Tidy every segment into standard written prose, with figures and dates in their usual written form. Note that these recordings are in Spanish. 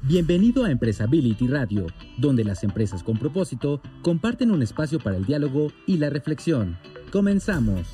Bienvenido a Empresability Radio, donde las empresas con propósito comparten un espacio para el diálogo y la reflexión. Comenzamos.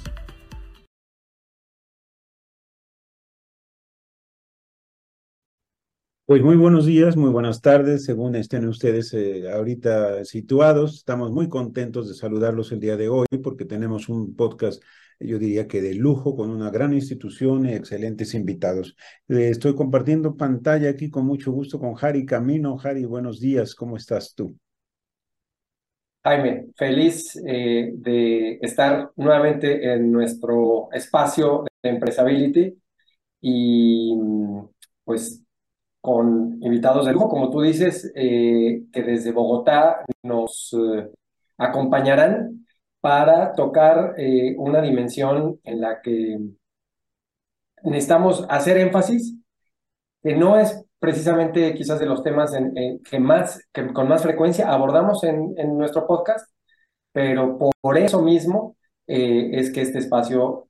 Pues muy buenos días, muy buenas tardes, según estén ustedes ahorita situados. Estamos muy contentos de saludarlos el día de hoy porque tenemos un podcast, yo diría que de lujo, con una gran institución y excelentes invitados. Estoy compartiendo pantalla aquí con mucho gusto con Jari Camino. Jari, buenos días, ¿cómo estás tú? Jaime, feliz de estar nuevamente en nuestro espacio de Empresability y pues con invitados de lujo, como tú dices, que desde Bogotá nos acompañarán para tocar una dimensión en la que necesitamos hacer énfasis, que no es precisamente quizás de los temas que con más frecuencia abordamos en nuestro podcast, pero por eso mismo es que este espacio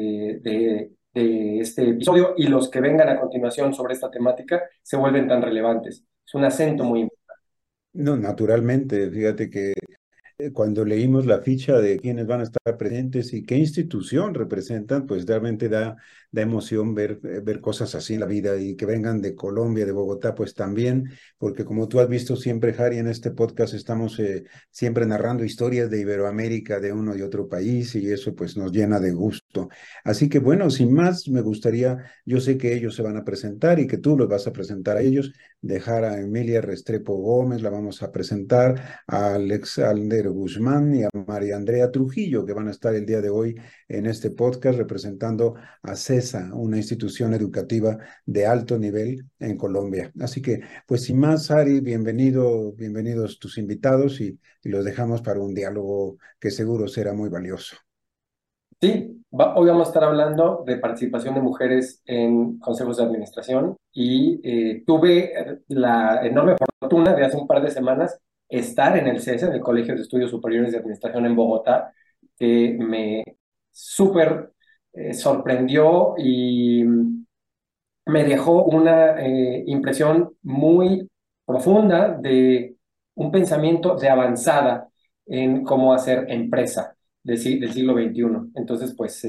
de este episodio y los que vengan a continuación sobre esta temática se vuelven tan relevantes. Es un acento muy importante. No, naturalmente, fíjate que cuando leímos la ficha de quiénes van a estar presentes y qué institución representan, pues realmente da emoción ver cosas así en la vida y que vengan de Colombia, de Bogotá, pues también, porque como tú has visto siempre, Harry, en este podcast estamos siempre narrando historias de Iberoamérica, de uno y otro país, y eso pues nos llena de gusto. Así que bueno, sin más, me gustaría, yo sé que ellos se van a presentar y que tú los vas a presentar a ellos, dejar a Emilia Restrepo Gómez, la vamos a presentar, a Alexander Guzmán y a María Andrea Trujillo, que van a estar el día de hoy en este podcast representando a CESA, una institución educativa de alto nivel en Colombia. Así que, pues sin más, Ari, bienvenidos tus invitados y los dejamos para un diálogo que seguro será muy valioso. Sí, hoy vamos a estar hablando de participación de mujeres en consejos de administración y tuve la enorme fortuna de hace un par de semanas estar en el CESA, en el Colegio de Estudios Superiores de Administración en Bogotá, que me súper sorprendió y me dejó una impresión muy profunda de un pensamiento de avanzada en cómo hacer empresa del siglo XXI. Entonces, pues,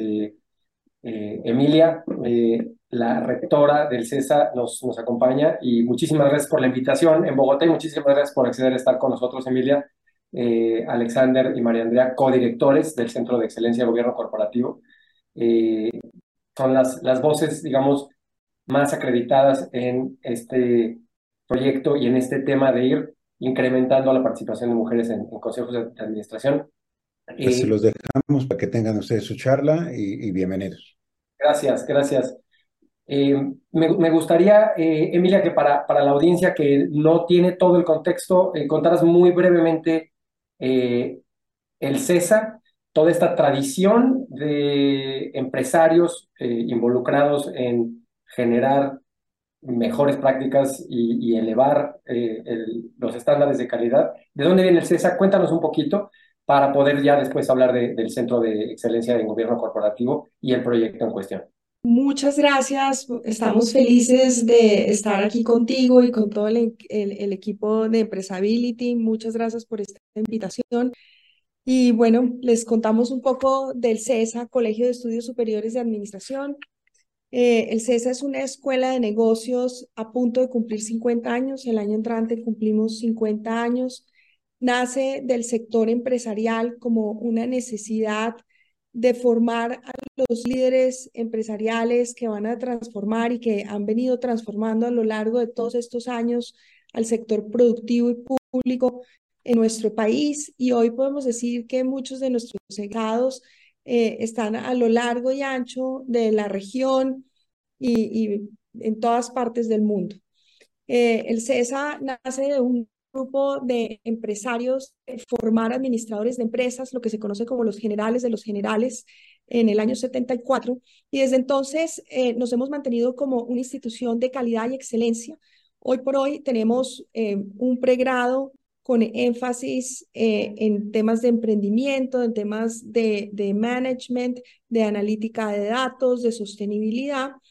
Emilia, la rectora del CESA, nos acompaña y muchísimas gracias por la invitación en Bogotá y muchísimas gracias por acceder a estar con nosotros, Emilia. Alexander y María Andrea, codirectores del Centro de Excelencia de Gobierno Corporativo. Eh, Son las voces, digamos, más acreditadas en este proyecto y en este tema de ir incrementando la participación de mujeres en consejos de administración. Pues se Eh, los dejamos para que tengan ustedes su charla y bienvenidos. Gracias, gracias. Me gustaría, Emilia, que para la audiencia que no tiene todo el contexto, contaras muy brevemente eh, el CESA, toda esta tradición de empresarios involucrados en generar mejores prácticas y elevar los estándares de calidad. ¿De dónde viene el CESA? Cuéntanos un poquito para poder ya después hablar del Centro de Excelencia en Gobierno Corporativo y el proyecto en cuestión. Muchas gracias. Estamos felices de estar aquí contigo y con todo el equipo de Empresability. Muchas gracias por esta invitación. Y bueno, les contamos un poco del CESA, Colegio de Estudios Superiores de Administración. El CESA es una escuela de negocios a punto de cumplir 50 años. El año entrante cumplimos 50 años. Nace del sector empresarial como una necesidad de formar a los líderes empresariales que van a transformar y que han venido transformando a lo largo de todos estos años al sector productivo y público en nuestro país. Y hoy podemos decir que muchos de nuestros egresados están a lo largo y ancho de la región y en todas partes del mundo. El CESA nace de un grupo de empresarios formar administradores de empresas, lo que se conoce como los generales de los generales, en el año 74, y desde entonces nos hemos mantenido como una institución de calidad y excelencia. Hoy por hoy tenemos un pregrado con énfasis en temas de emprendimiento, en temas de management, de analítica de datos, de sostenibilidad,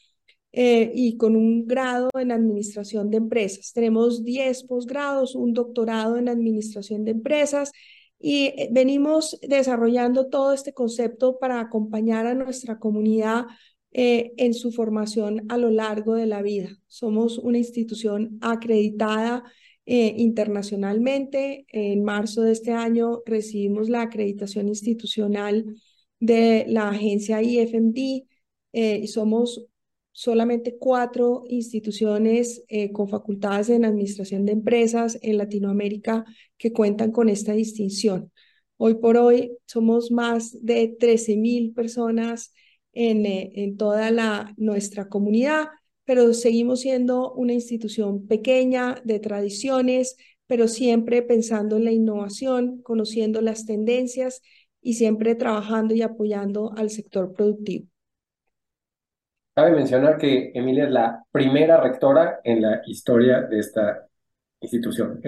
y con un grado en administración de empresas. Tenemos 10 posgrados, un doctorado en administración de empresas y venimos desarrollando todo este concepto para acompañar a nuestra comunidad en su formación a lo largo de la vida. Somos una institución acreditada internacionalmente. En marzo de este año recibimos la acreditación institucional de la agencia IFMD. Somos solamente 4 instituciones con facultades en administración de empresas en Latinoamérica que cuentan con esta distinción. Hoy por hoy somos más de 13.000 personas en toda nuestra comunidad, pero seguimos siendo una institución pequeña de tradiciones, pero siempre pensando en la innovación, conociendo las tendencias y siempre trabajando y apoyando al sector productivo. Cabe mencionar que Emilia es la primera rectora en la historia de esta institución.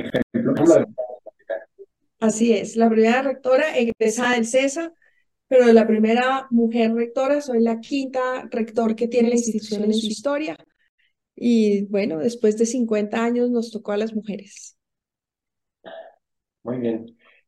Así es, la primera rectora egresada del CESA, pero la primera mujer rectora, soy la quinta rector que tiene la institución en su historia. Y bueno, después de 50 años nos tocó a las mujeres. Muy bien.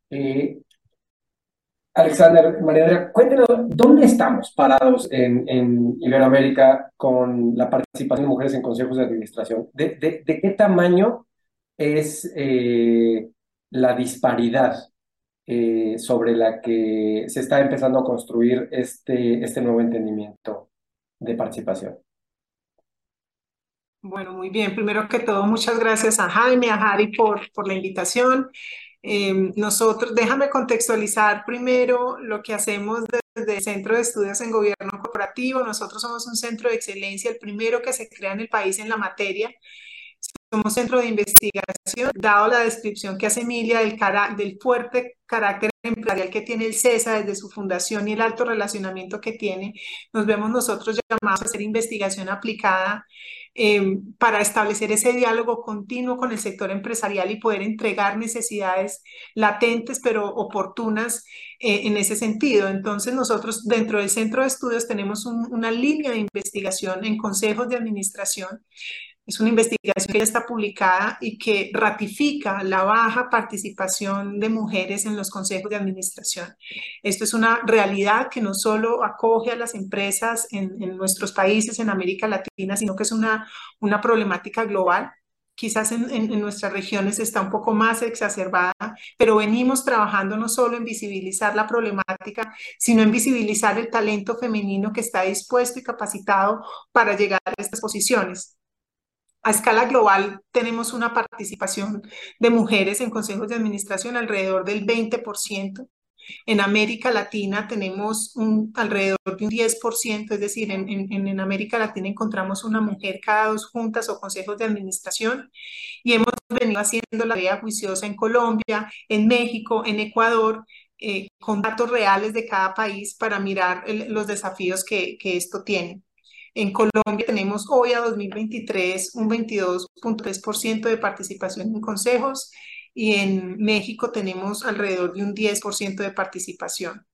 Alexander, María Andrea, cuéntenos, ¿dónde estamos parados en Iberoamérica con la participación de mujeres en consejos de administración? ¿De qué tamaño es la disparidad sobre la que se está empezando a construir este nuevo entendimiento de participación? Bueno, muy bien. Primero que todo, muchas gracias a Jaime, a Jari por la invitación. Nosotros, déjame contextualizar primero lo que hacemos desde el Centro de Estudios en Gobierno Corporativo. Nosotros somos un centro de excelencia, el primero que se crea en el país en la materia. Somos centro de investigación, dado la descripción que hace Emilia del fuerte carácter empresarial que tiene el CESA desde su fundación y el alto relacionamiento que tiene, nos vemos nosotros llamados a hacer investigación aplicada para establecer ese diálogo continuo con el sector empresarial y poder entregar necesidades latentes pero oportunas en ese sentido. Entonces nosotros dentro del centro de estudios tenemos una línea de investigación en consejos de administración. Es una investigación que ya está publicada y que ratifica la baja participación de mujeres en los consejos de administración. Esto es una realidad que no solo acoge a las empresas en nuestros países, en América Latina, sino que es una problemática global. Quizás en nuestras regiones está un poco más exacerbada, pero venimos trabajando no solo en visibilizar la problemática, sino en visibilizar el talento femenino que está dispuesto y capacitado para llegar a estas posiciones. A escala global tenemos una participación de mujeres en consejos de administración alrededor del 20%. En América Latina tenemos alrededor de un 10%, es decir, en América Latina encontramos una mujer cada 2 juntas o consejos de administración y hemos venido haciendo la tarea juiciosa en Colombia, en México, en Ecuador, con datos reales de cada país para mirar los desafíos que esto tiene. En Colombia tenemos hoy a 2023 un 22.3% de participación en consejos y en México tenemos alrededor de un 10% de participación.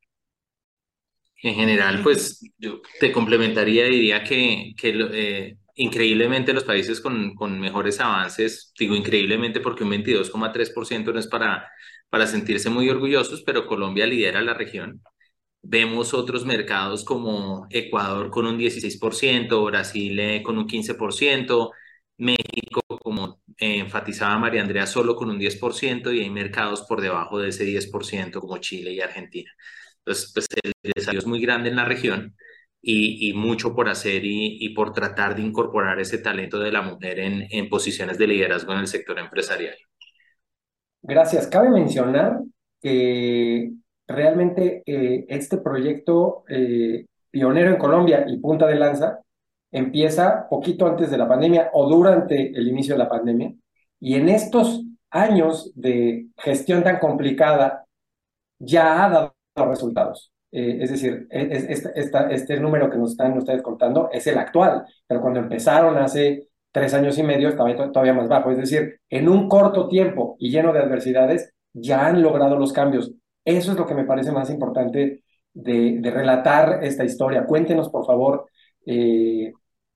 En general, pues yo te complementaría y diría que increíblemente los países con mejores avances, digo increíblemente porque un 22,3% no es para sentirse muy orgullosos, pero Colombia lidera la región. Vemos otros mercados como Ecuador con un 16%, Brasil con un 15%, México, como enfatizaba María Andrea, solo con un 10%, y hay mercados por debajo de ese 10% como Chile y Argentina. Entonces, pues el desafío es muy grande en la región y mucho por hacer y por tratar de incorporar ese talento de la mujer en posiciones de liderazgo en el sector empresarial. Gracias. Cabe mencionar que realmente este proyecto pionero en Colombia y punta de lanza empieza poquito antes de la pandemia o durante el inicio de la pandemia, y en estos años de gestión tan complicada ya ha dado resultados. Es decir, este número que nos están ustedes contando es el actual, pero cuando empezaron hace 3 años y medio estaba todavía más bajo. Es decir, en un corto tiempo y lleno de adversidades ya han logrado los cambios. Eso es lo que me parece más importante de relatar esta historia. Cuéntenos, por favor,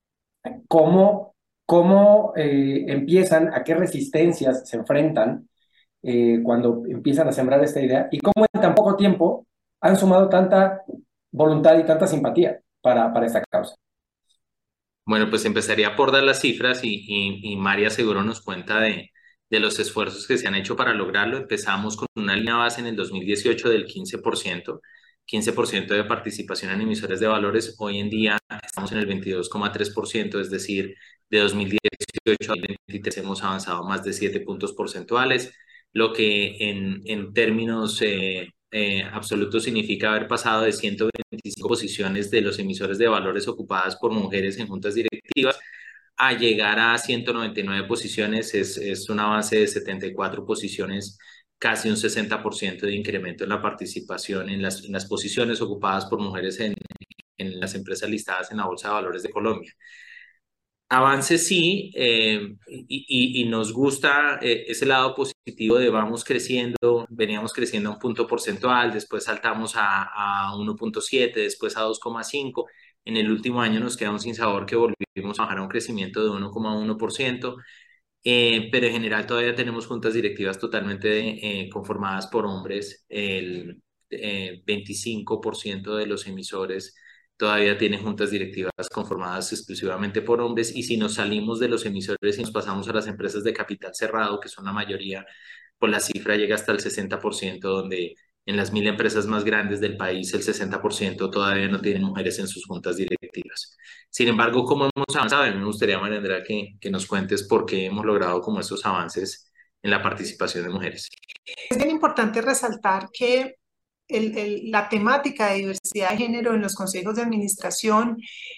cómo empiezan, a qué resistencias se enfrentan cuando empiezan a sembrar esta idea y cómo en tan poco tiempo han sumado tanta voluntad y tanta simpatía para esta causa. Bueno, pues empezaría por dar las cifras y María seguro nos cuenta de los esfuerzos que se han hecho para lograrlo. Empezamos con una línea base en el 2018 del 15% de participación en emisores de valores. Hoy en día estamos en el 22,3%, es decir, de 2018 al 2023 hemos avanzado más de 7 puntos porcentuales, lo que en términos absolutos significa haber pasado de 125 posiciones de los emisores de valores ocupadas por mujeres en juntas directivas a llegar a 199 posiciones. Es un avance de 74 posiciones, casi un 60% de incremento en la participación en las posiciones ocupadas por mujeres en las empresas listadas en la Bolsa de Valores de Colombia. Avance sí, y nos gusta ese lado positivo de vamos creciendo, veníamos creciendo a un punto porcentual, después saltamos a 1,7, después a 2,5. En el último año nos queda un sinsabor que volvimos a bajar a un crecimiento de 1,1%, pero en general todavía tenemos juntas directivas totalmente conformadas por hombres. El 25% de los emisores todavía tienen juntas directivas conformadas exclusivamente por hombres, y si nos salimos de los emisores y nos pasamos a las empresas de capital cerrado, que son la mayoría, pues la cifra llega hasta el 60%, donde en las 1.000 empresas más grandes del país el 60% todavía no tienen mujeres en sus juntas directivas. Sin embargo, ¿cómo hemos avanzado? A mí me gustaría, María Andrea, que nos cuentes por qué hemos logrado como esos avances en la participación de mujeres. Es bien importante resaltar que la temática de diversidad de género en los consejos de administración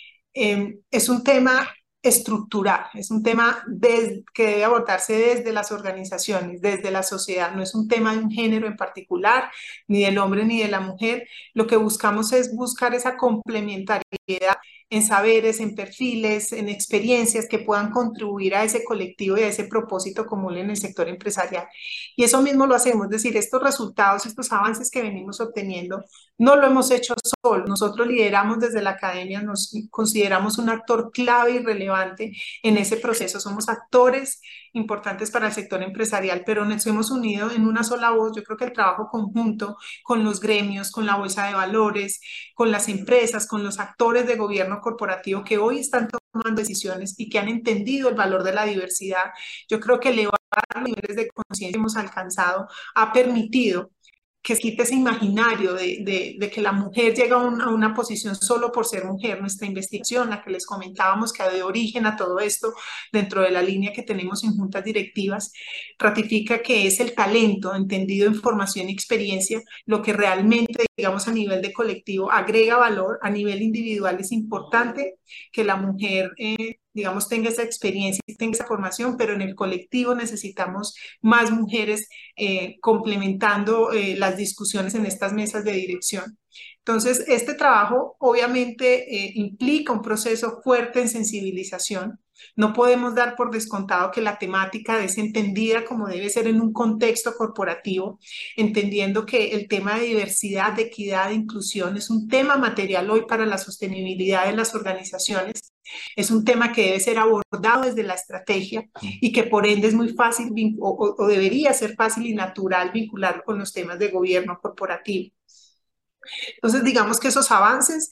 es un tema estructural, es un tema que debe abordarse desde las organizaciones, desde la sociedad, no es un tema de un género en particular, ni del hombre ni de la mujer. Lo que buscamos es buscar esa complementariedad en saberes, en perfiles, en experiencias que puedan contribuir a ese colectivo y a ese propósito común en el sector empresarial. Y eso mismo lo hacemos, es decir, estos resultados, estos avances que venimos obteniendo, no lo hemos hecho solo. Nosotros lideramos desde la academia, nos consideramos un actor clave y relevante en ese proceso. Somos actores importantes para el sector empresarial, pero nos hemos unido en una sola voz. Yo creo que el trabajo conjunto con los gremios, con la bolsa de valores, con las empresas, con los actores de gobierno corporativo que hoy están tomando decisiones y que han entendido el valor de la diversidad, yo creo que elevar los niveles de conciencia que hemos alcanzado ha permitido que se quite ese imaginario de que la mujer llega a una posición solo por ser mujer. Nuestra investigación, la que les comentábamos que dio origen a todo esto dentro de la línea que tenemos en juntas directivas, ratifica que es el talento entendido en formación y experiencia lo que realmente, digamos, a nivel de colectivo agrega valor. A nivel individual es importante que la mujer digamos, tenga esa experiencia, tenga esa formación, pero en el colectivo necesitamos más mujeres complementando las discusiones en estas mesas de dirección. Entonces, este trabajo obviamente implica un proceso fuerte en sensibilización. No podemos dar por descontado que la temática es entendida como debe ser en un contexto corporativo, entendiendo que el tema de diversidad, de equidad, de inclusión es un tema material hoy para la sostenibilidad de las organizaciones. Es un tema que debe ser abordado desde la estrategia y que por ende es muy fácil o debería ser fácil y natural vincularlo con los temas de gobierno corporativo. Entonces, digamos que esos avances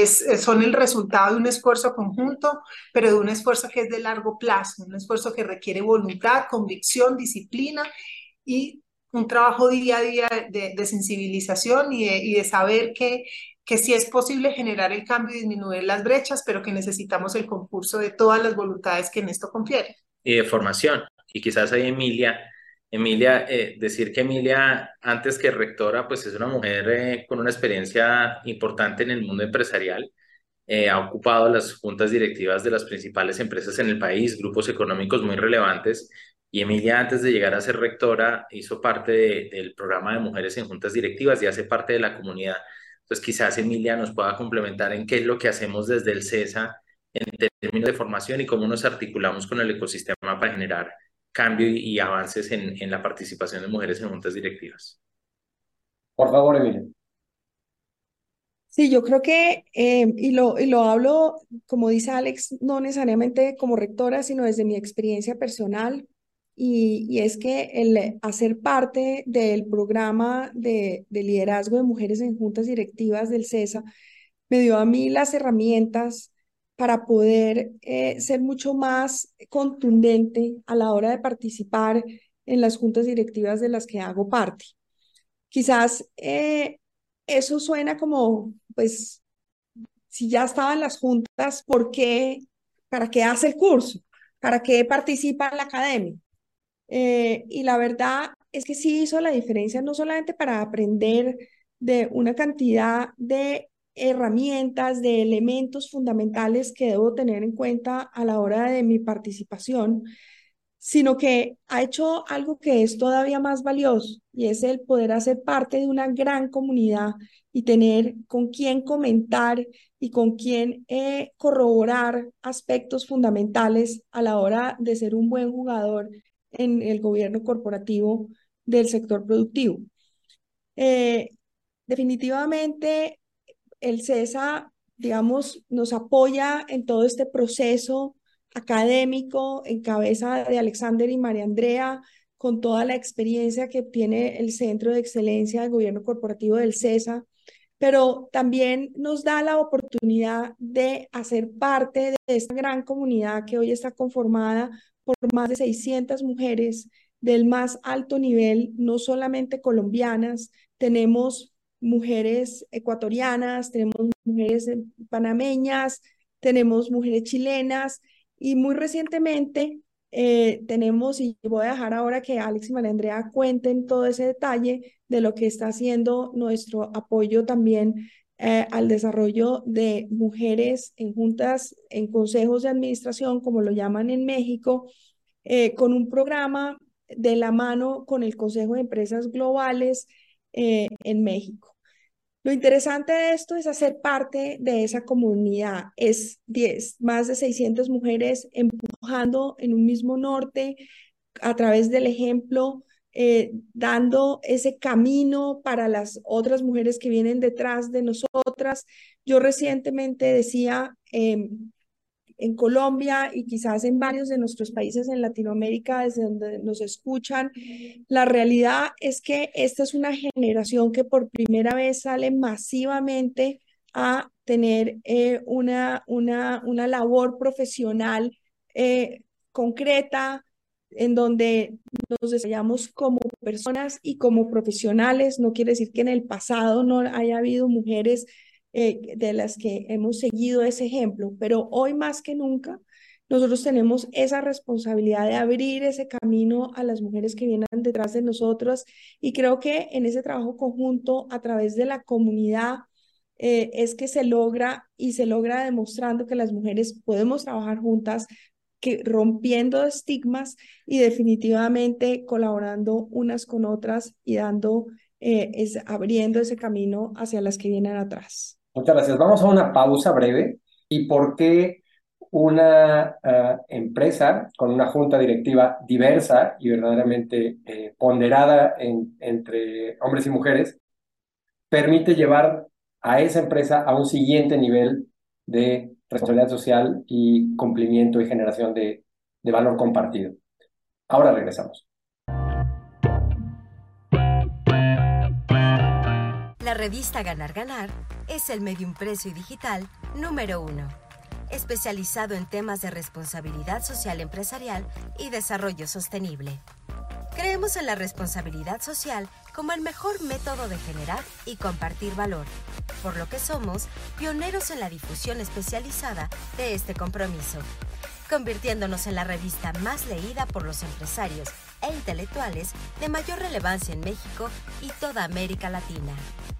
son el resultado de un esfuerzo conjunto, pero de un esfuerzo que es de largo plazo, un esfuerzo que requiere voluntad, convicción, disciplina y un trabajo día a día de sensibilización y de saber que sí es posible generar el cambio y disminuir las brechas, pero que necesitamos el concurso de todas las voluntades que en esto confieren. Y de formación. Y quizás ahí decir que Emilia, antes que rectora, pues es una mujer con una experiencia importante en el mundo empresarial. Ha ocupado las juntas directivas de las principales empresas en el país, grupos económicos muy relevantes. Y Emilia, antes de llegar a ser rectora, hizo parte del programa de mujeres en juntas directivas y hace parte de la comunidad. Entonces, quizás Emilia nos pueda complementar en qué es lo que hacemos desde el CESA en términos de formación y cómo nos articulamos con el ecosistema para generar cambio y avances en la participación de mujeres en juntas directivas. Por favor, Emilia. Sí, yo creo que, y lo hablo, como dice Alex, no necesariamente como rectora, sino desde mi experiencia personal, y es que el hacer parte del programa de liderazgo de mujeres en juntas directivas del CESA me dio a mí las herramientas para poder ser mucho más contundente a la hora de participar en las juntas directivas de las que hago parte. Quizás eso suena como, pues, si ya estaban las juntas, ¿por qué? ¿Para qué hace el curso? ¿Para qué participa en la academia? Y la verdad es que sí hizo la diferencia, no solamente para aprender de una cantidad de herramientas, de elementos fundamentales que debo tener en cuenta a la hora de mi participación, sino que ha hecho algo que es todavía más valioso y es el poder hacer parte de una gran comunidad y tener con quién comentar y con quién corroborar aspectos fundamentales a la hora de ser un buen jugador en el gobierno corporativo del sector productivo. Eh, Definitivamente el CESA, digamos, nos apoya en todo este proceso académico en cabeza de Alexander y María Andrea, con toda la experiencia que tiene el Centro de Excelencia del Gobierno Corporativo del CESA, pero también nos da la oportunidad de hacer parte de esta gran comunidad que hoy está conformada por más de 600 mujeres del más alto nivel, no solamente colombianas, tenemos mujeres ecuatorianas, tenemos mujeres panameñas, tenemos mujeres chilenas y muy recientemente tenemos, y voy a dejar ahora que Alex y María Andrea cuenten todo ese detalle de lo que está haciendo nuestro apoyo también al desarrollo de mujeres en juntas, en consejos de administración, como lo llaman en México, con un programa de la mano con el Consejo de Empresas Globales en México. Lo interesante de esto es hacer parte de esa comunidad. Es 10, más de 600 mujeres empujando en un mismo norte a través del ejemplo, dando ese camino para las otras mujeres que vienen detrás de nosotras. Yo recientemente decía, en Colombia y quizás en varios de nuestros países en Latinoamérica, desde donde nos escuchan, la realidad es que esta es una generación que por primera vez sale masivamente a tener una labor profesional concreta, en donde nos desarrollamos como personas y como profesionales. No quiere decir que en el pasado no haya habido mujeres de las que hemos seguido ese ejemplo, pero hoy más que nunca nosotros tenemos esa responsabilidad de abrir ese camino a las mujeres que vienen detrás de nosotros, y creo que en ese trabajo conjunto a través de la comunidad es que se logra, y se logra demostrando que las mujeres podemos trabajar juntas, que rompiendo estigmas y definitivamente colaborando unas con otras y dando, abriendo ese camino hacia las que vienen atrás. Muchas gracias. Vamos a una pausa breve. ¿Y por qué una empresa con una junta directiva diversa y verdaderamente ponderada entre hombres y mujeres permite llevar a esa empresa a un siguiente nivel de responsabilidad social y cumplimiento y generación de valor compartido? Ahora regresamos. La revista Ganar Ganar es el medio impreso y digital número 1, especializado en temas de responsabilidad social empresarial y desarrollo sostenible. Creemos en la responsabilidad social como el mejor método de generar y compartir valor, por lo que somos pioneros en la difusión especializada de este compromiso, convirtiéndonos en la revista más leída por los empresarios e intelectuales de mayor relevancia en México y toda América Latina.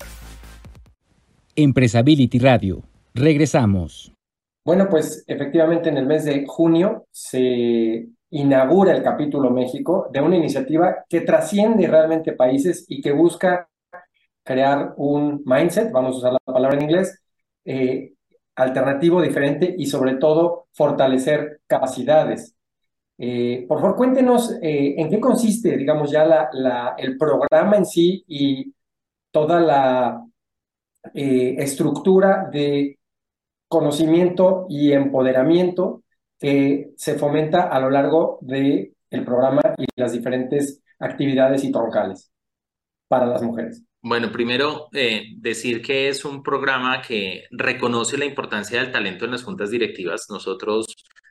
Empresability Radio. Regresamos. Bueno, pues efectivamente en el mes de junio se inaugura el capítulo México de una iniciativa que trasciende realmente países y que busca crear un mindset, vamos a usar la palabra en inglés, alternativo, diferente y sobre todo fortalecer capacidades. Por favor, cuéntenos en qué consiste, digamos, ya el programa en sí y toda estructura de conocimiento y empoderamiento que se fomenta a lo largo del programa y las diferentes actividades y troncales para las mujeres. Bueno, primero decir que es un programa que reconoce la importancia del talento en las juntas directivas. Nosotros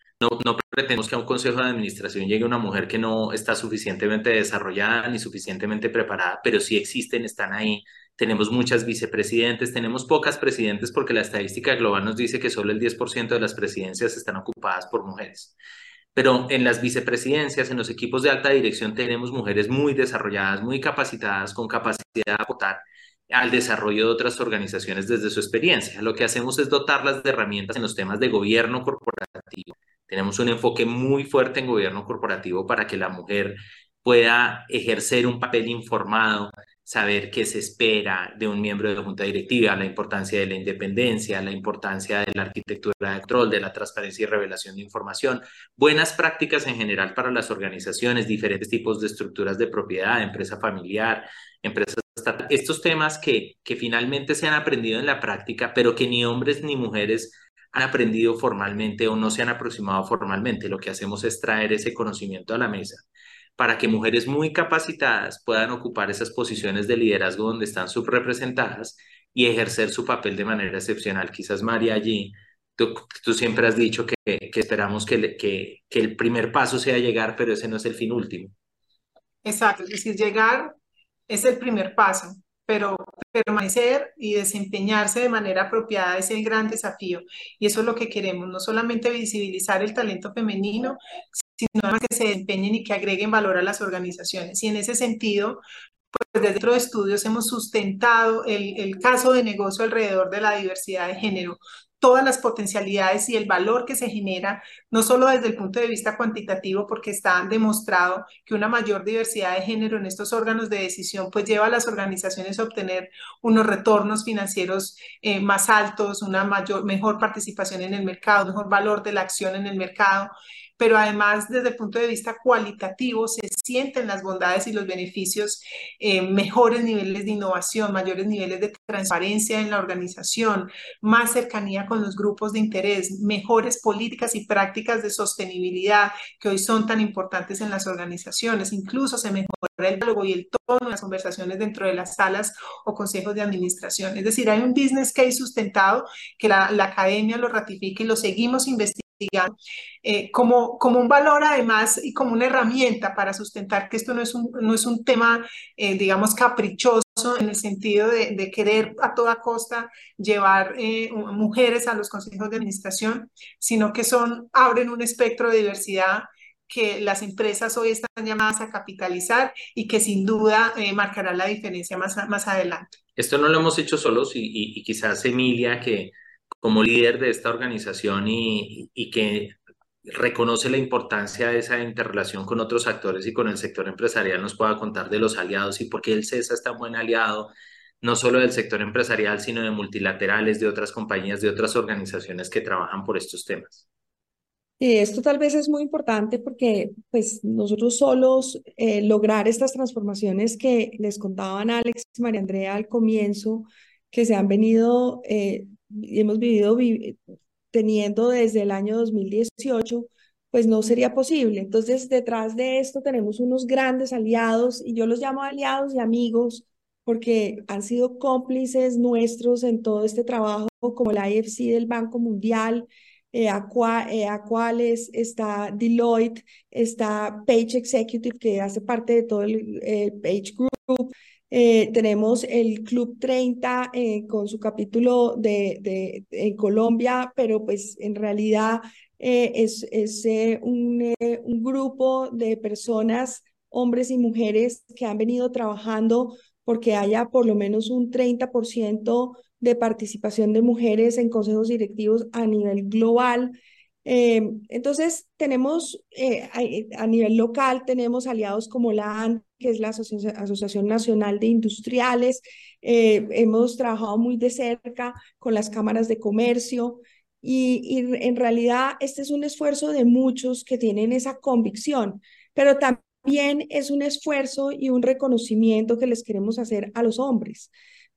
no pretendemos que a un consejo de administración llegue una mujer que no está suficientemente desarrollada ni suficientemente preparada, pero sí existen, están ahí. Tenemos muchas vicepresidentes, tenemos pocas presidentes porque la estadística global nos dice que solo el 10% de las presidencias están ocupadas por mujeres. Pero en las vicepresidencias, en los equipos de alta dirección, tenemos mujeres muy desarrolladas, muy capacitadas, con capacidad de aportar al desarrollo de otras organizaciones desde su experiencia. Lo que hacemos es dotarlas de herramientas en los temas de gobierno corporativo. Tenemos un enfoque muy fuerte en gobierno corporativo para que la mujer pueda ejercer un papel informado, saber qué se espera de un miembro de la junta directiva, la importancia de la independencia, la importancia de la arquitectura de control, de la transparencia y revelación de información, buenas prácticas en general para las organizaciones, diferentes tipos de estructuras de propiedad, empresa familiar, empresas estatal. Estos temas que finalmente se han aprendido en la práctica, pero que ni hombres ni mujeres han aprendido formalmente o no se han aproximado formalmente. Lo que hacemos es traer ese conocimiento a la mesa para que mujeres muy capacitadas puedan ocupar esas posiciones de liderazgo donde están subrepresentadas y ejercer su papel de manera excepcional. Quizás, María, allí tú siempre has dicho que esperamos que el primer paso sea llegar, pero ese no es el fin último. Exacto, es decir, llegar es el primer paso, pero permanecer y desempeñarse de manera apropiada es el gran desafío. Y eso es lo que queremos, no solamente visibilizar el talento femenino, sino además que se desempeñen y que agreguen valor a las organizaciones. Y en ese sentido, pues desde otros estudios hemos sustentado el caso de negocio alrededor de la diversidad de género, todas las potencialidades y el valor que se genera, no solo desde el punto de vista cuantitativo, porque está demostrado que una mayor diversidad de género en estos órganos de decisión pues lleva a las organizaciones a obtener unos retornos financieros más altos, una mejor participación en el mercado, mejor valor de la acción en el mercado, pero además desde el punto de vista cualitativo se sienten las bondades y los beneficios, mejores niveles de innovación, mayores niveles de transparencia en la organización, más cercanía con los grupos de interés, mejores políticas y prácticas de sostenibilidad que hoy son tan importantes en las organizaciones. Incluso se mejora el diálogo y el tono de las conversaciones dentro de las salas o consejos de administración. Es decir, hay un business case sustentado que la academia lo ratifica y lo seguimos investigando como un valor además y como una herramienta para sustentar que esto no es un tema, digamos, caprichoso en el sentido de querer a toda costa llevar mujeres a los consejos de administración, sino que abren un espectro de diversidad que las empresas hoy están llamadas a capitalizar y que sin duda marcará la diferencia más adelante. Esto no lo hemos hecho solos y quizás Emilia, que como líder de esta organización y que reconoce la importancia de esa interrelación con otros actores y con el sector empresarial, nos pueda contar de los aliados y por qué el CESA es tan buen aliado, no solo del sector empresarial, sino de multilaterales, de otras compañías, de otras organizaciones que trabajan por estos temas. Esto tal vez es muy importante porque pues nosotros solos lograr estas transformaciones que les contaban Alex y María Andrea al comienzo, que se han venido y hemos vivido teniendo desde el año 2018, pues no sería posible. Entonces, detrás de esto tenemos unos grandes aliados, y yo los llamo aliados y amigos, porque han sido cómplices nuestros en todo este trabajo, como la IFC del Banco Mundial, Aquales, está Deloitte, está Page Executive, que hace parte de todo el Page Group. Tenemos el Club 30 con su capítulo en Colombia, pero pues en realidad es un grupo de personas, hombres y mujeres, que han venido trabajando porque haya por lo menos un 30% de participación de mujeres en consejos directivos a nivel global. Entonces, tenemos a nivel local, tenemos aliados como la ANT, que es la Asociación Nacional de Industriales. Hemos trabajado muy de cerca con las cámaras de comercio y en realidad este es un esfuerzo de muchos que tienen esa convicción, pero también es un esfuerzo y un reconocimiento que les queremos hacer a los hombres,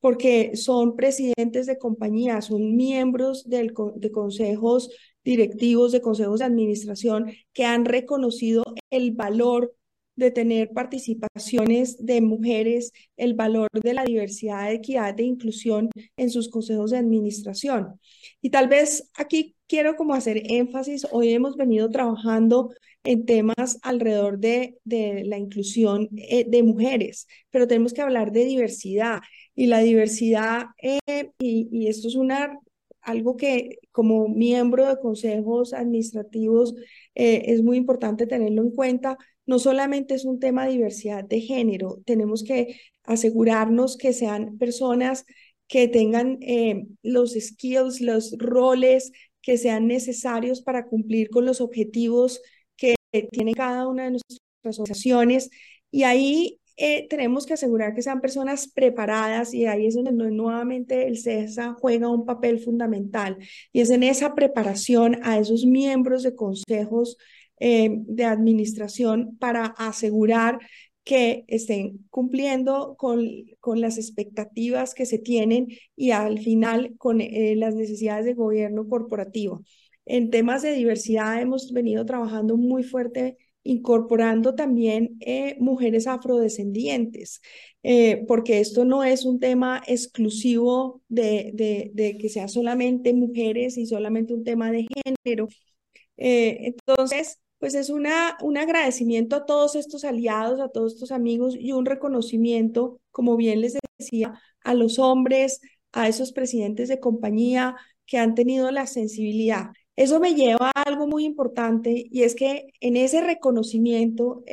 porque son presidentes de compañías, son miembros de consejos directivos, de consejos de administración que han reconocido el valor de tener participaciones de mujeres, el valor de la diversidad, equidad e inclusión en sus consejos de administración. Y tal vez aquí quiero como hacer énfasis, hoy hemos venido trabajando en temas alrededor de la inclusión de mujeres, pero tenemos que hablar de diversidad y la diversidad, y esto es algo que como miembro de consejos administrativos es muy importante tenerlo en cuenta. No solamente es un tema de diversidad de género, tenemos que asegurarnos que sean personas que tengan los skills, los roles que sean necesarios para cumplir con los objetivos que tiene cada una de nuestras asociaciones. Y ahí tenemos que asegurar que sean personas preparadas, y ahí es donde nuevamente el CESA juega un papel fundamental, y es en esa preparación a esos miembros de consejos de administración para asegurar que estén cumpliendo con las expectativas que se tienen y al final con las necesidades de gobierno corporativo. En temas de diversidad hemos venido trabajando muy fuerte incorporando también mujeres afrodescendientes, porque esto no es un tema exclusivo de que sea solamente mujeres y solamente un tema de género. Entonces, pues es un agradecimiento a todos estos aliados, a todos estos amigos y un reconocimiento, como bien les decía, a los hombres, a esos presidentes de compañía que han tenido la sensibilidad. Eso me lleva a algo muy importante, y es que en ese reconocimiento,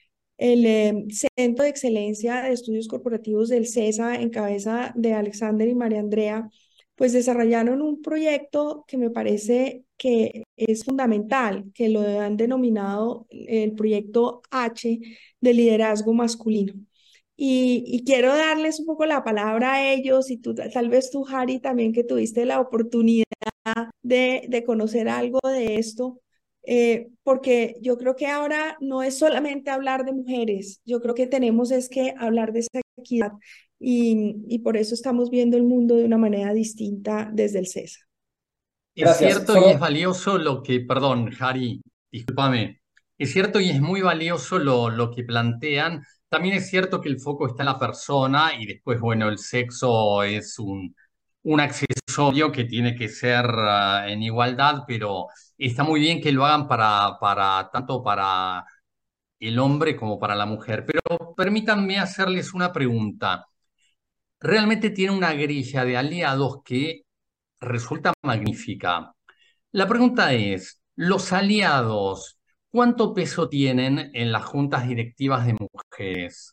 el Centro de Excelencia de Estudios Corporativos del CESA, en cabeza de Alexander y María Andrea, pues desarrollaron un proyecto que me parece que es fundamental, que lo han denominado el proyecto H de liderazgo masculino. Y quiero darles un poco la palabra a ellos, y tal vez tú, Harry, también, que tuviste la oportunidad de conocer algo de esto, porque yo creo que ahora no es solamente hablar de mujeres, yo creo que tenemos es que hablar de esa equidad, y por eso estamos viendo el mundo de una manera distinta desde el CESA. Es Gracias. cierto y es valioso lo que, perdón, Harry, discúlpame, es cierto y es muy valioso lo que plantean. También es cierto que el foco está en la persona y después, bueno, el sexo es un accesorio que tiene que ser en igualdad, pero está muy bien que lo hagan tanto para el hombre como para la mujer. Pero permítanme hacerles una pregunta. Realmente tiene una grilla de aliados que resulta magnífica. La pregunta es, ¿los aliados cuánto peso tienen en las juntas directivas de mujeres?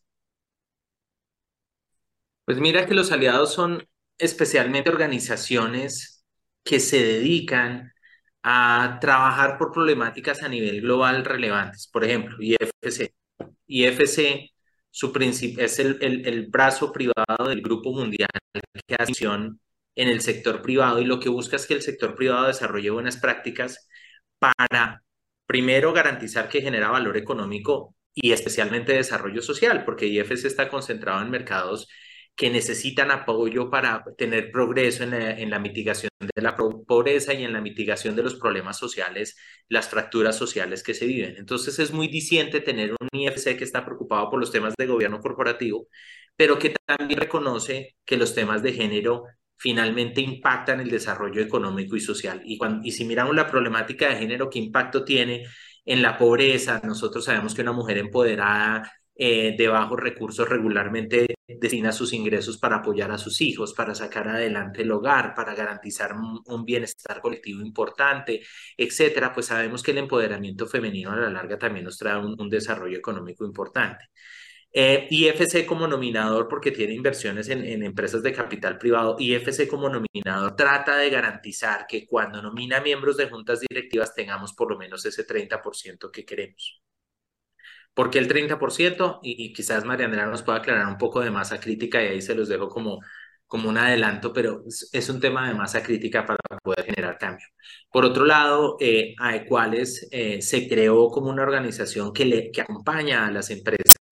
Pues mira que los aliados son especialmente organizaciones que se dedican a trabajar por problemáticas a nivel global relevantes. Por ejemplo, IFC. IFC, es el brazo privado del Grupo Mundial que hace acción en el sector privado, y lo que busca es que el sector privado desarrolle buenas prácticas para, primero, garantizar que genera valor económico y especialmente desarrollo social, porque IFC está concentrado en mercados que necesitan apoyo para tener progreso en la mitigación de la pobreza y en la mitigación de los problemas sociales, las fracturas sociales que se viven. Entonces es muy diciente tener un IFC que está preocupado por los temas de gobierno corporativo, pero que también reconoce que los temas de género finalmente impactan el desarrollo económico y social. Y si miramos la problemática de género, ¿qué impacto tiene en la pobreza? Nosotros sabemos que una mujer empoderada de bajos recursos regularmente destina sus ingresos para apoyar a sus hijos, para sacar adelante el hogar, para garantizar un bienestar colectivo importante, etcétera. Pues sabemos que el empoderamiento femenino a la larga también nos trae un desarrollo económico importante. IFC como nominador, porque tiene inversiones en empresas de capital privado, IFC como nominador trata de garantizar que cuando nomina miembros de juntas directivas tengamos por lo menos ese 30% que queremos. ¿Por qué el 30%? Y quizás María Andrea nos pueda aclarar un poco de masa crítica, y ahí se los dejo como un adelanto, pero es un tema de masa crítica para poder generar cambio. Por otro lado, AEQUALES se creó como una organización que acompaña a las empresas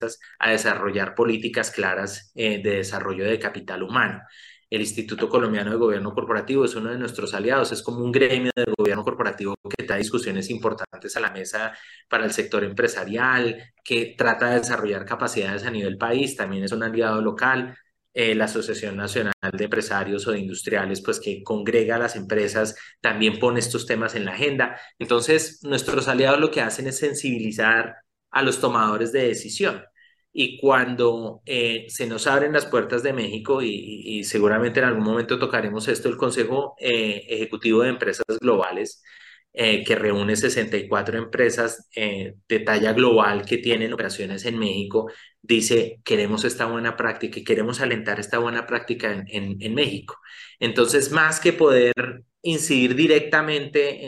a desarrollar políticas claras de desarrollo de capital humano. El Instituto Colombiano de Gobierno Corporativo es uno de nuestros aliados, es como un gremio de gobierno corporativo que trae discusiones importantes a la mesa para el sector empresarial, que trata de desarrollar capacidades a nivel país, también es un aliado local. La Asociación Nacional de Empresarios o de Industriales, pues que congrega a las empresas, también pone estos temas en la agenda. Entonces, nuestros aliados lo que hacen es sensibilizar a los tomadores de decisión. Y cuando se nos abren las puertas de México, y seguramente en algún momento tocaremos esto, el Consejo Ejecutivo de Empresas Globales, que reúne 64 empresas de talla global que tienen operaciones en México, dice, queremos esta buena práctica y queremos alentar esta buena práctica en México. Entonces, más que poder incidir directamente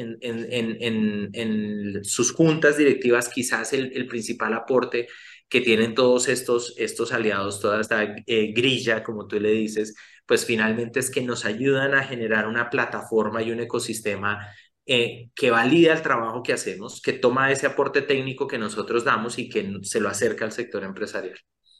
en sus juntas directivas, quizás el principal aporte que tienen todos estos aliados, toda esta grilla, como tú le dices, pues finalmente es que nos ayudan a generar una plataforma y un ecosistema que valida el trabajo que hacemos, que toma ese aporte técnico que nosotros damos y que se lo acerca al sector empresarial.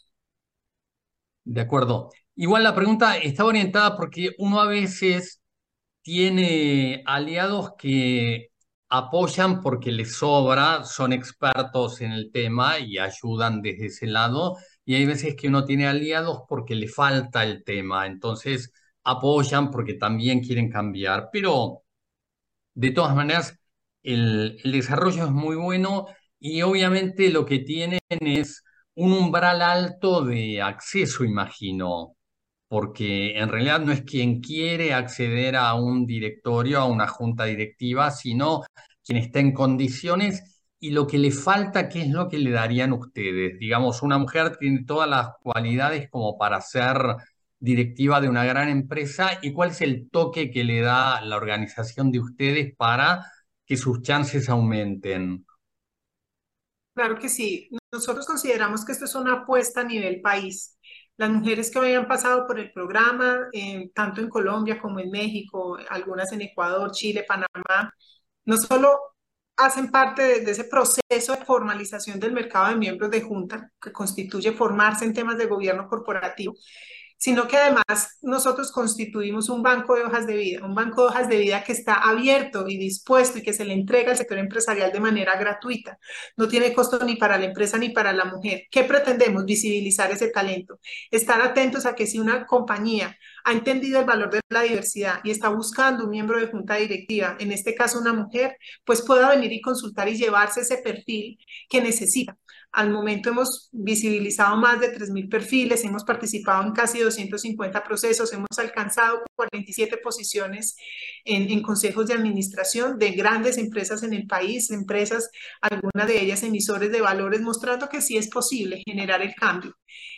De acuerdo. Igual la pregunta está orientada porque uno a veces tiene aliados que apoyan porque les sobra, son expertos en el tema y ayudan desde ese lado, y hay veces que uno tiene aliados porque le falta el tema, entonces apoyan porque también quieren cambiar, pero de todas maneras el desarrollo es muy bueno y obviamente lo que tienen es un umbral alto de acceso, imagino, porque en realidad no es quien quiere acceder a un directorio, a una junta directiva, sino quien está en condiciones y lo que le falta, ¿qué es lo que le darían ustedes? Digamos, una mujer tiene todas las cualidades como para ser directiva de una gran empresa, ¿y cuál es el toque que le da la organización de ustedes para que sus chances aumenten? Claro que sí. Nosotros consideramos que esto es una apuesta a nivel país. Las mujeres que habían pasado por el programa, tanto en Colombia como en México, algunas en Ecuador, Chile, Panamá, no solo hacen parte de ese proceso de formalización del mercado de miembros de junta, que constituye formarse en temas de gobierno corporativo, sino que además nosotros constituimos un banco de hojas de vida, un banco de hojas de vida que está abierto y dispuesto y que se le entrega al sector empresarial de manera gratuita. No tiene costo ni para la empresa ni para la mujer. ¿Qué pretendemos? Visibilizar ese talento. Estar atentos a que si una compañía ha entendido el valor de la diversidad y está buscando un miembro de junta directiva, en este caso una mujer, pues pueda venir y consultar y llevarse ese perfil que necesita. Al momento hemos visibilizado más de 3.000 perfiles, hemos participado en casi 250 procesos, hemos alcanzado 47 posiciones en consejos de administración de grandes empresas en el país, empresas, algunas de ellas emisores de valores, mostrando que sí es posible generar el cambio.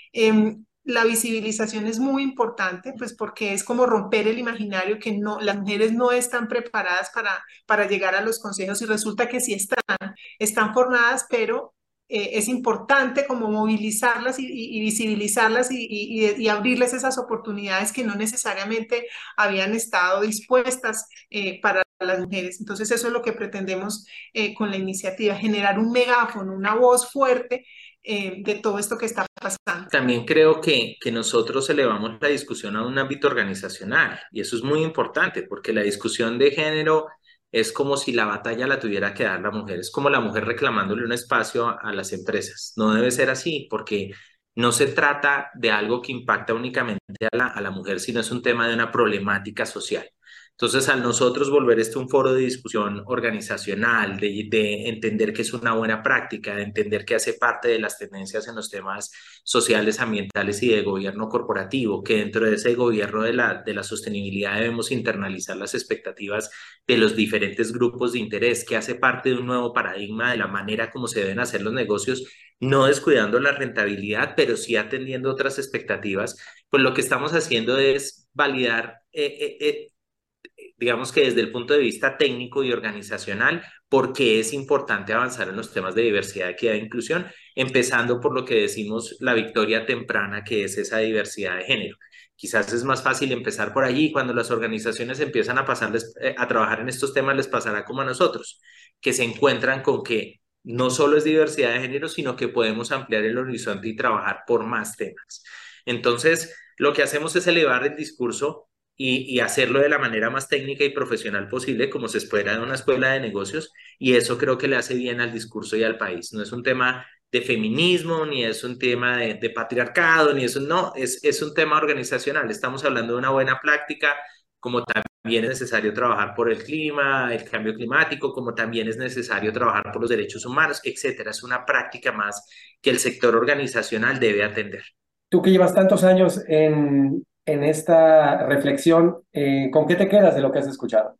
La visibilización es muy importante, pues porque es como romper el imaginario que no, las mujeres no están preparadas para llegar a los consejos y resulta que sí están formadas, pero es importante como movilizarlas y visibilizarlas y abrirles esas oportunidades que no necesariamente habían estado dispuestas para las mujeres. Entonces eso es lo que pretendemos con la iniciativa, generar un megáfono, una voz fuerte de todo esto que está pasando. También creo que nosotros elevamos la discusión a un ámbito organizacional y eso es muy importante porque la discusión de género es como si la batalla la tuviera que dar la mujer, es como la mujer reclamándole un espacio a las empresas. No debe ser así porque no se trata de algo que impacta únicamente a la mujer, sino es un tema de una problemática social. Entonces, al nosotros volver esto un foro de discusión organizacional, de entender que es una buena práctica, de entender que hace parte de las tendencias en los temas sociales, ambientales y de gobierno corporativo, que dentro de ese gobierno de la sostenibilidad debemos internalizar las expectativas de los diferentes grupos de interés, que hace parte de un nuevo paradigma de la manera como se deben hacer los negocios, no descuidando la rentabilidad, pero sí atendiendo otras expectativas. Pues lo que estamos haciendo es validar digamos que desde el punto de vista técnico y organizacional, porque es importante avanzar en los temas de diversidad, equidad e inclusión, empezando por lo que decimos la victoria temprana, que es esa diversidad de género. Quizás es más fácil empezar por allí, cuando las organizaciones empiezan a pasarles, a trabajar en estos temas, les pasará como a nosotros, que se encuentran con que no solo es diversidad de género, sino que podemos ampliar el horizonte y trabajar por más temas. Entonces, lo que hacemos es elevar el discurso y hacerlo de la manera más técnica y profesional posible, como se espera de una escuela de negocios, y eso creo que le hace bien al discurso y al país. No es un tema de feminismo, ni es un tema de patriarcado, ni eso, no, es un tema organizacional. Estamos hablando de una buena práctica, como también es necesario trabajar por el clima, el cambio climático, como también es necesario trabajar por los derechos humanos, etcétera. Es una práctica más que el sector organizacional debe atender. Tú que llevas tantos años en esta reflexión, ¿con qué te quedas de lo que has escuchado?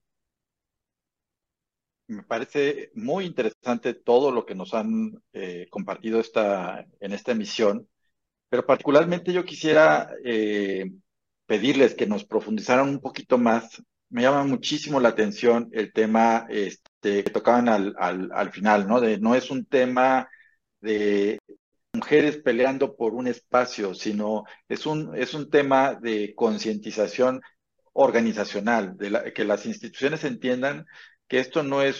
Me parece muy interesante todo lo que nos han compartido en esta emisión, pero particularmente yo quisiera pedirles que nos profundizaran un poquito más. Me llama muchísimo la atención el tema que tocaban al final, ¿no? No es un tema de mujeres peleando por un espacio, sino es un tema de concientización organizacional, que las instituciones entiendan que esto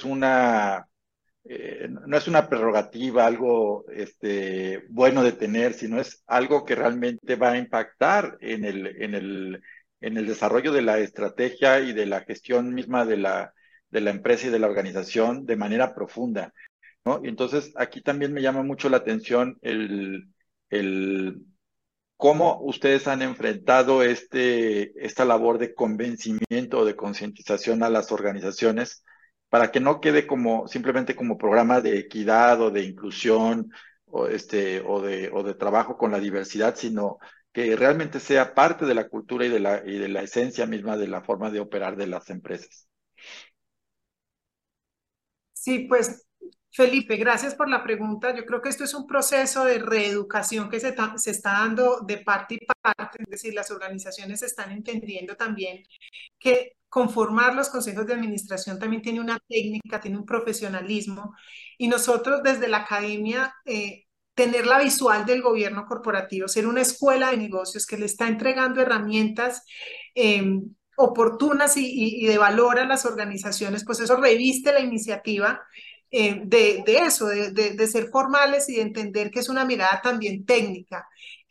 no es una prerrogativa, algo bueno de tener, sino es algo que realmente va a impactar en el desarrollo de la estrategia y de la gestión misma de la empresa y de la organización de manera profunda, ¿no? Y entonces aquí también me llama mucho la atención el cómo ustedes han enfrentado esta labor de convencimiento o de concientización a las organizaciones para que no quede como simplemente como programa de equidad o de inclusión o de trabajo con la diversidad, sino que realmente sea parte de la cultura y de la esencia misma de la forma de operar de las empresas. Sí, pues Felipe, gracias por la pregunta. Yo creo que esto es un proceso de reeducación que se está dando de parte y parte, es decir, las organizaciones están entendiendo también que conformar los consejos de administración también tiene una técnica, tiene un profesionalismo, y nosotros desde la academia tener la visual del gobierno corporativo, ser una escuela de negocios que le está entregando herramientas oportunas y de valor a las organizaciones, pues eso reviste la iniciativa de eso, de ser formales y de entender que es una mirada también técnica.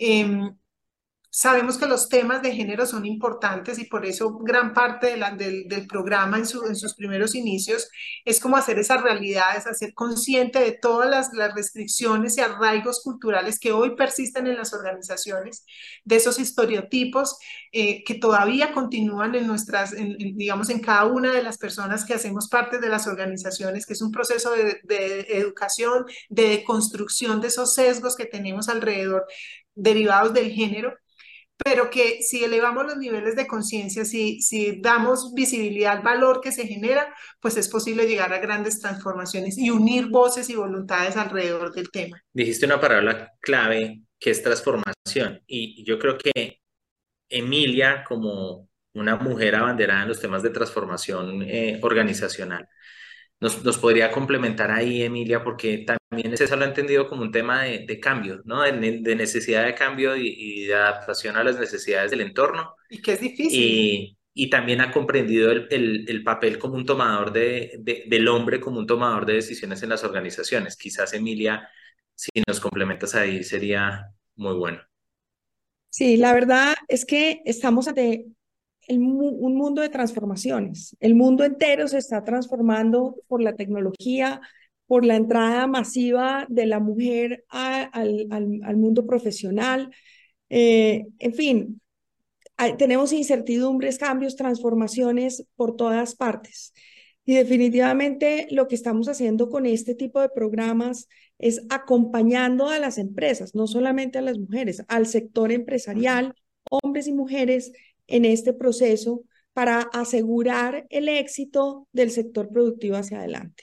Sabemos que los temas de género son importantes y por eso gran parte del programa en sus primeros inicios es como hacer esas realidades, hacer consciente de todas las restricciones y arraigos culturales que hoy persisten en las organizaciones, de esos estereotipos que todavía continúan digamos, en cada una de las personas que hacemos parte de las organizaciones, que es un proceso de educación, de construcción de esos sesgos que tenemos alrededor derivados del género, pero que si elevamos los niveles de conciencia, si damos visibilidad al valor que se genera, pues es posible llegar a grandes transformaciones y unir voces y voluntades alrededor del tema. Dijiste una palabra clave que es transformación y yo creo que Emilia, como una mujer abanderada en los temas de transformación organizacional, nos podría complementar ahí, Emilia, porque también eso lo ha entendido como un tema de cambio, ¿no? De necesidad de cambio y de adaptación a las necesidades del entorno. Y que es difícil. Y también ha comprendido el papel como un tomador del hombre, como un tomador de decisiones en las organizaciones. Quizás, Emilia, si nos complementas ahí, sería muy bueno. Sí, la verdad es que estamos ante un mundo de transformaciones. El mundo entero se está transformando por la tecnología, por la entrada masiva de la mujer al mundo profesional. En fin, tenemos incertidumbres, cambios, transformaciones por todas partes. Y definitivamente lo que estamos haciendo con este tipo de programas es acompañando a las empresas, no solamente a las mujeres, al sector empresarial, hombres y mujeres, en este proceso para asegurar el éxito del sector productivo hacia adelante.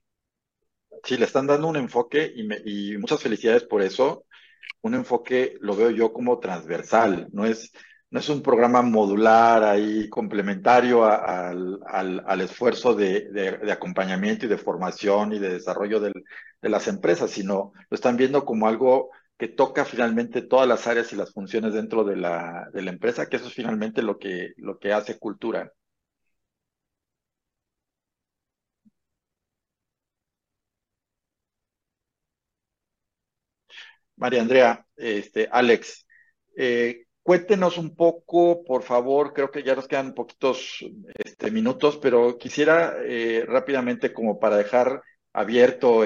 Sí, le están dando un enfoque y muchas felicidades por eso. Un enfoque lo veo yo como transversal, no es un programa modular ahí complementario al esfuerzo de acompañamiento y de formación y de desarrollo de las empresas, sino lo están viendo como algo que toca finalmente todas las áreas y las funciones dentro de la empresa, que eso es finalmente lo que hace cultura. María Andrea, Alex, cuéntenos un poco, por favor, creo que ya nos quedan poquitos minutos, pero quisiera rápidamente como para dejar abierto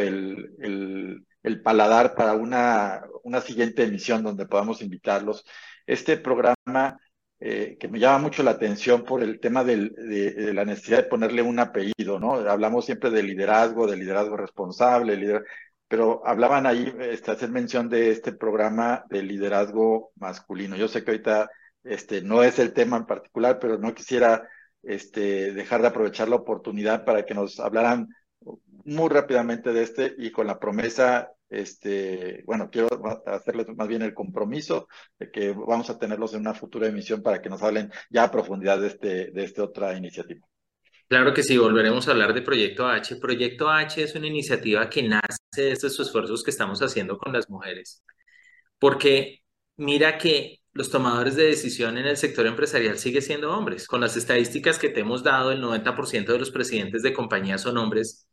el paladar para una siguiente emisión donde podamos invitarlos. Este programa que me llama mucho la atención por el tema de la necesidad de ponerle un apellido, ¿no? Hablamos siempre de liderazgo responsable, pero hablaban ahí, hacer mención de este programa de liderazgo masculino. Yo sé que ahorita no es el tema en particular, pero no quisiera dejar de aprovechar la oportunidad para que nos hablaran muy rápidamente de y con la promesa, bueno, quiero hacerles más bien el compromiso de que vamos a tenerlos en una futura emisión para que nos hablen ya a profundidad de esta otra iniciativa. Claro que sí, volveremos a hablar de Proyecto H. Proyecto H es una iniciativa que nace de estos esfuerzos que estamos haciendo con las mujeres, porque mira que los tomadores de decisión en el sector empresarial siguen siendo hombres. Con las estadísticas que te hemos dado, el 90% de los presidentes de compañías son hombres,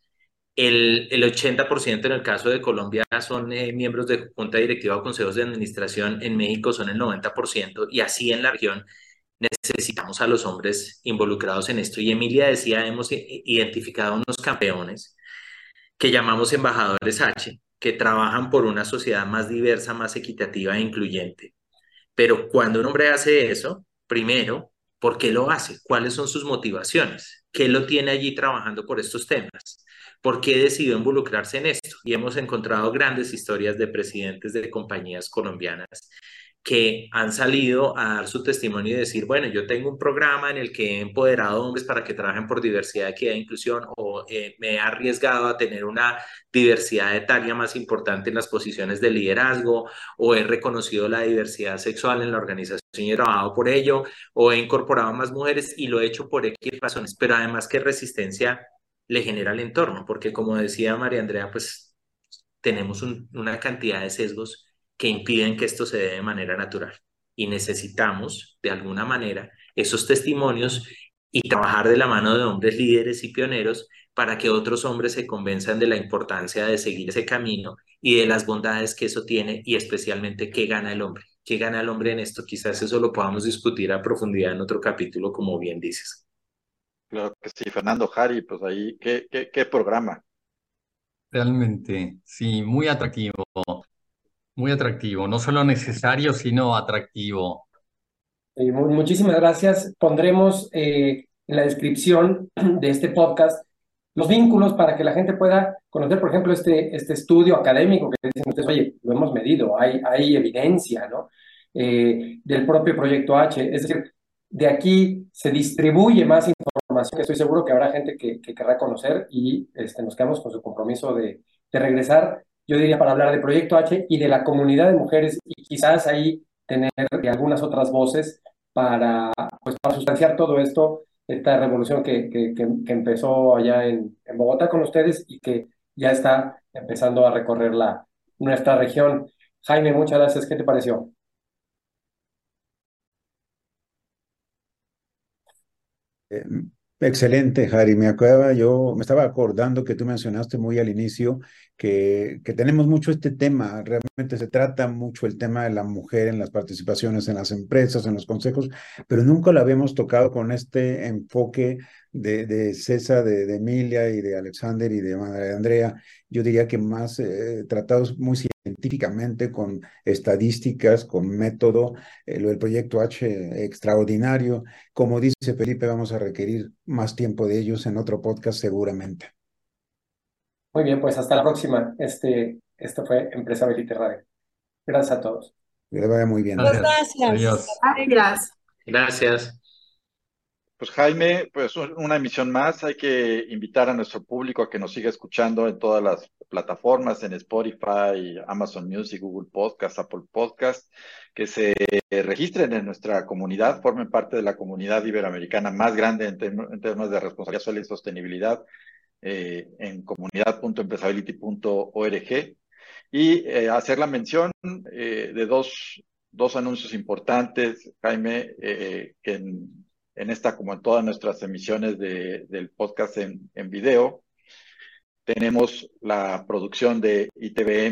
el 80% en el caso de Colombia son miembros de junta directiva o consejos de administración, en México son el 90%, y así en la región necesitamos a los hombres involucrados en esto. Y Emilia decía, hemos identificado unos campeones que llamamos embajadores H, que trabajan por una sociedad más diversa, más equitativa e incluyente. Pero cuando un hombre hace eso, primero, ¿por qué lo hace? ¿Cuáles son sus motivaciones? ¿Qué lo tiene allí trabajando por estos temas? ¿Por qué decidió involucrarse en esto? Y hemos encontrado grandes historias de presidentes de compañías colombianas que han salido a dar su testimonio y decir, bueno, yo tengo un programa en el que he empoderado hombres para que trabajen por diversidad, equidad e inclusión, o me he arriesgado a tener una diversidad etaria más importante en las posiciones de liderazgo, o he reconocido la diversidad sexual en la organización y he trabajado por ello, o he incorporado más mujeres y lo he hecho por X razones, pero además qué resistencia le genera al entorno, porque como decía María Andrea, pues tenemos una cantidad de sesgos que impiden que esto se dé de manera natural. Y necesitamos, de alguna manera, esos testimonios y trabajar de la mano de hombres líderes y pioneros para que otros hombres se convenzan de la importancia de seguir ese camino y de las bondades que eso tiene y especialmente qué gana el hombre. ¿Qué gana el hombre en esto? Quizás eso lo podamos discutir a profundidad en otro capítulo, como bien dices. Claro que sí, Fernando, Jari, pues ahí, ¿qué programa? Realmente, sí, muy atractivo, no solo necesario, sino atractivo. Muchísimas gracias. Pondremos en la descripción de este podcast los vínculos para que la gente pueda conocer, por ejemplo, este estudio académico que dicen ustedes, oye, lo hemos medido, hay evidencia, ¿no? Del propio Proyecto H. Es decir, de aquí se distribuye más información que estoy seguro que habrá gente que querrá conocer y nos quedamos con su compromiso de regresar, yo diría, para hablar del Proyecto H y de la comunidad de mujeres y quizás ahí tener algunas otras voces pues, para sustanciar todo esto, esta revolución que empezó allá en Bogotá con ustedes y que ya está empezando a recorrer nuestra región. Jaime, muchas gracias. ¿Qué te pareció? Eh, Excelente, Harry. Yo me estaba acordando que tú mencionaste muy al inicio que tenemos mucho este tema. Realmente se trata mucho el tema de la mujer en las participaciones en las empresas, en los consejos, pero nunca lo habíamos tocado con este enfoque de César, de Emilia y de Alexander y de María Andrea. Yo diría que más tratados muy científicamente, con estadísticas, con método. Lo del proyecto H extraordinario. Como dice Felipe, vamos a requerir más tiempo de ellos en otro podcast seguramente. Muy bien, pues hasta la próxima. Esto fue Empresability Radio. Gracias a todos. Que le vaya muy bien. Gracias. Gracias. Adiós. Gracias. Gracias. Pues Jaime, pues una emisión más. Hay que invitar a nuestro público a que nos siga escuchando en todas las plataformas, en Spotify, Amazon Music, Google Podcast, Apple Podcast, que se registren en nuestra comunidad, formen parte de la comunidad iberoamericana más grande en temas de responsabilidad social y sostenibilidad, en comunidad.empresability.org, y hacer la mención de dos anuncios importantes, Jaime, que en esta, como en todas nuestras emisiones del podcast en video, tenemos la producción de ITBM,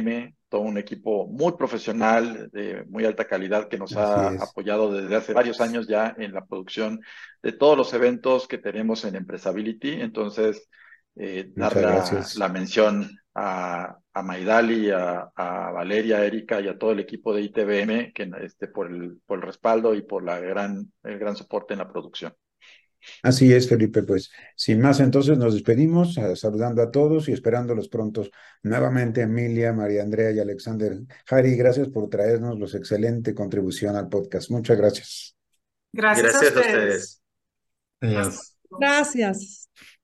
todo un equipo muy profesional, de muy alta calidad, que nos Así ha es. apoyado desde hace varios años ya en la producción de todos los eventos que tenemos en Empresability. Entonces, dar Muchas gracias. la mención a Maidali, a Valeria, a Erika y a todo el equipo de ITBM que, por el respaldo y por el gran soporte en la producción. Así es, Felipe, pues sin más, entonces nos despedimos, saludando a todos y esperándolos pronto nuevamente, Emilia, María Andrea y Alexander. Harry, gracias por traernos los excelente contribución al podcast. Muchas gracias. Gracias a Gracias a ustedes. ustedes. Hasta Adiós. luego. Gracias.